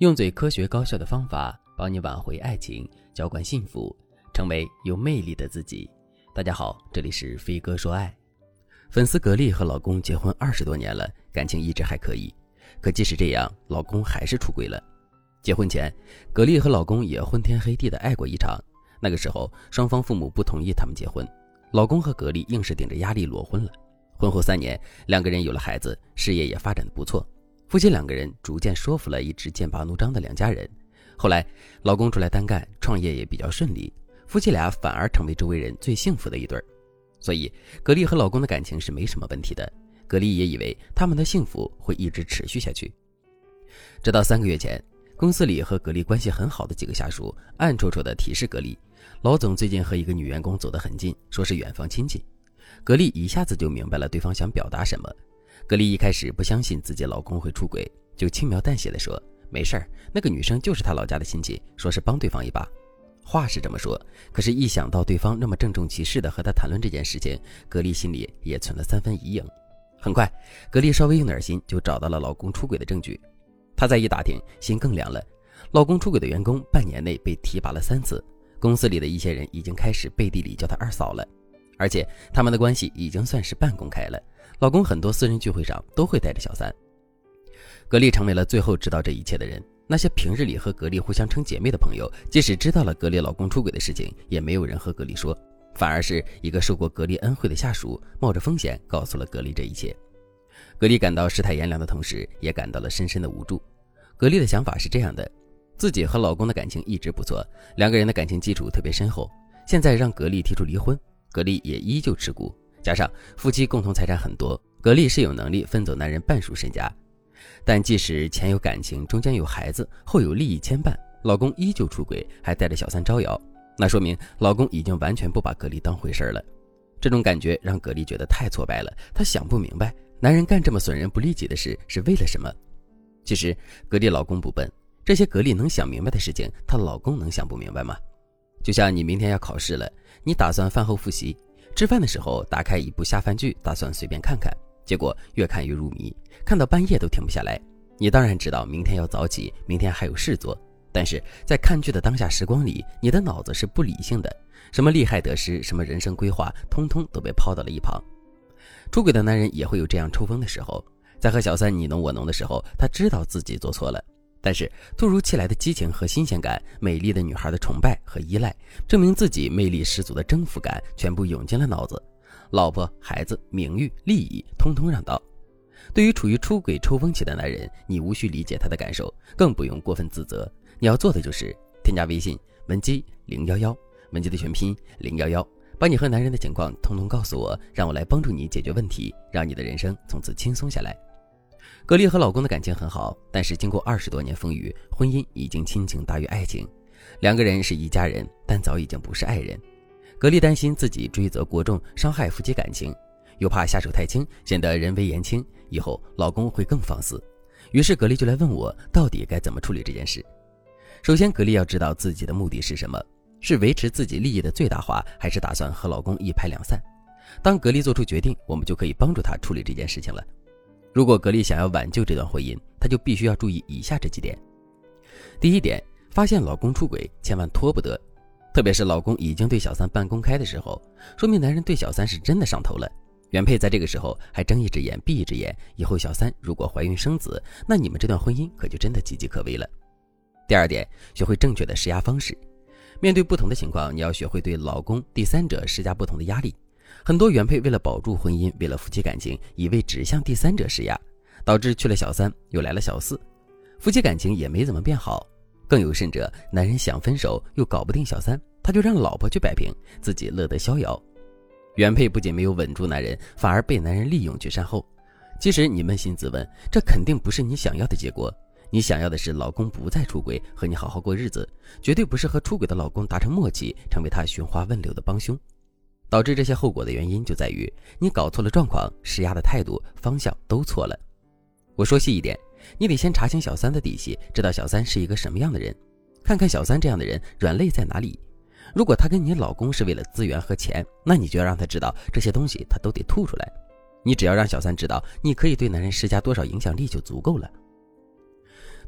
用最科学高效的方法帮你挽回爱情，浇灌幸福，成为有魅力的自己。大家好，这里是飞哥说爱。粉丝格丽和老公结婚20多年了，感情一直还可以。可即使这样，老公还是出轨了。结婚前，格丽和老公也昏天黑地的爱过一场。那个时候，双方父母不同意他们结婚，老公和格丽硬是顶着压力裸婚了。婚后3年，两个人有了孩子，事业也发展得不错。夫妻两个人逐渐说服了一直剑拔弩张的两家人。后来，老公出来单干，创业也比较顺利，夫妻俩反而成为周围人最幸福的一对儿。所以，格丽和老公的感情是没什么问题的。格丽也以为他们的幸福会一直持续下去。直到3个月前，公司里和格丽关系很好的几个下属暗戳戳地提示格丽，老总最近和一个女员工走得很近，说是远房亲戚。格丽一下子就明白了对方想表达什么。格丽一开始不相信自己老公会出轨，就轻描淡写地说，没事儿，那个女生就是她老家的亲戚，说是帮对方一把。话是这么说，可是一想到对方那么郑重其事地和她谈论这件事情，格丽心里也存了3分疑影。很快，格丽稍微用点心就找到了老公出轨的证据。她再一打听，心更凉了。老公出轨的员工半年内被提拔了3次，公司里的一些人已经开始背地里叫她二嫂了，而且他们的关系已经算是半公开了。老公很多私人聚会上都会带着小三。格丽成为了最后知道这一切的人。那些平日里和格丽互相称姐妹的朋友，即使知道了格丽老公出轨的事情，也没有人和格丽说，反而是一个受过格丽恩惠的下属冒着风险告诉了格丽这一切。格丽感到世态炎凉的同时，也感到了深深的无助。格丽的想法是这样的，自己和老公的感情一直不错，两个人的感情基础特别深厚，现在让格丽提出离婚，格丽也依旧持股，加上夫妻共同财产很多，格丽是有能力分走男人半数身家。但即使前有感情，中间有孩子，后有利益牵绊，老公依旧出轨，还带着小三招摇，那说明老公已经完全不把格丽当回事了。这种感觉让格丽觉得太挫败了，她想不明白，男人干这么损人不利己的事是为了什么？其实格丽老公不笨，这些格丽能想明白的事情，她老公能想不明白吗？就像你明天要考试了，你打算饭后复习，吃饭的时候打开一部下饭剧，打算随便看看，结果越看越入迷，看到半夜都停不下来。你当然知道明天要早起，明天还有事做，但是在看剧的当下时光里，你的脑子是不理性的，什么利害得失，什么人生规划，通通都被抛到了一旁。出轨的男人也会有这样抽风的时候，在和小三你侬我侬的时候，他知道自己做错了，但是突如其来的激情和新鲜感，美丽的女孩的崇拜和依赖，证明自己魅力十足的征服感全部涌进了脑子，老婆、孩子、名誉、利益通通让道。对于处于出轨抽风期的男人，你无需理解他的感受，更不用过分自责，你要做的就是添加微信文姬011，文姬的全拼011，把你和男人的情况通通告诉我，让我来帮助你解决问题，让你的人生从此轻松下来。格丽和老公的感情很好，但是经过20多年风雨，婚姻已经亲情大于爱情，两个人是一家人，但早已经不是爱人。格丽担心自己追责过重，伤害夫妻感情，又怕下手太轻，显得人微言轻，以后老公会更放肆。于是格丽就来问我，到底该怎么处理这件事。首先，格丽要知道自己的目的是什么，是维持自己利益的最大化，还是打算和老公一拍两散。当格丽做出决定，我们就可以帮助她处理这件事情了。如果格丽想要挽救这段婚姻，她就必须要注意以下这几点。第一点，发现老公出轨千万拖不得，特别是老公已经对小三半公开的时候，说明男人对小三是真的上头了。原配在这个时候还睁一只眼闭一只眼，以后小三如果怀孕生子，那你们这段婚姻可就真的岌岌可危了。第二点，学会正确的施压方式。面对不同的情况，你要学会对老公、第三者施加不同的压力。很多原配为了保住婚姻，为了夫妻感情，一味只向第三者施压，导致去了小三又来了小四，夫妻感情也没怎么变好。更有甚者，男人想分手又搞不定小三，他就让老婆去摆平，自己乐得逍遥。原配不仅没有稳住男人，反而被男人利用去善后。其实你扪心自问，这肯定不是你想要的结果。你想要的是老公不再出轨，和你好好过日子，绝对不是和出轨的老公达成默契，成为他寻花问柳的帮凶。导致这些后果的原因就在于你搞错了状况，施压的态度、方向都错了。我说细一点，你得先查清小三的底细，知道小三是一个什么样的人，看看小三这样的人软肋在哪里。如果他跟你老公是为了资源和钱，那你就要让他知道这些东西他都得吐出来。你只要让小三知道你可以对男人施加多少影响力就足够了。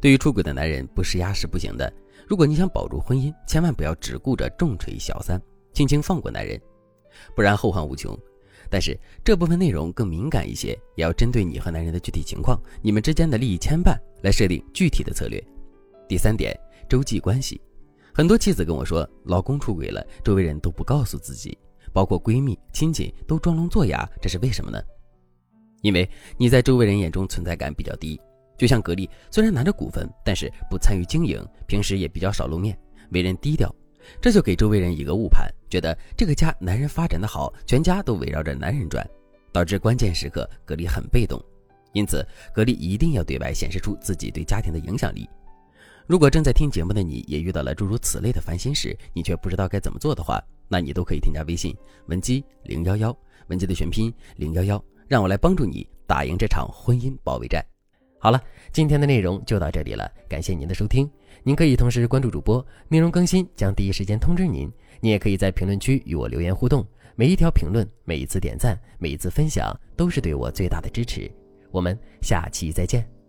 对于出轨的男人，不施压是不行的。如果你想保住婚姻，千万不要只顾着重锤小三，轻轻放过男人，不然后患无穷。但是这部分内容更敏感一些，也要针对你和男人的具体情况，你们之间的利益牵绊来设定具体的策略。第3点，周际关系。很多妻子跟我说，老公出轨了，周围人都不告诉自己，包括闺蜜、亲戚都装聋作哑，这是为什么呢？因为你在周围人眼中存在感比较低。就像格力虽然拿着股份，但是不参与经营，平时也比较少露面，为人低调，这就给周围人一个误判，觉得这个家男人发展的好，全家都围绕着男人转，导致关键时刻格力很被动。因此格力一定要对外显示出自己对家庭的影响力。如果正在听节目的你也遇到了诸如此类的烦心事，你却不知道该怎么做的话，那你都可以添加微信文姬011，文姬的全拼011，让我来帮助你打赢这场婚姻保卫战。 好了，今天的内容就到这里了，感谢您的收听。您可以同时关注主播，内容更新将第一时间通知您。您也可以在评论区与我留言互动，每一条评论，每一次点赞，每一次分享，都是对我最大的支持。我们下期再见。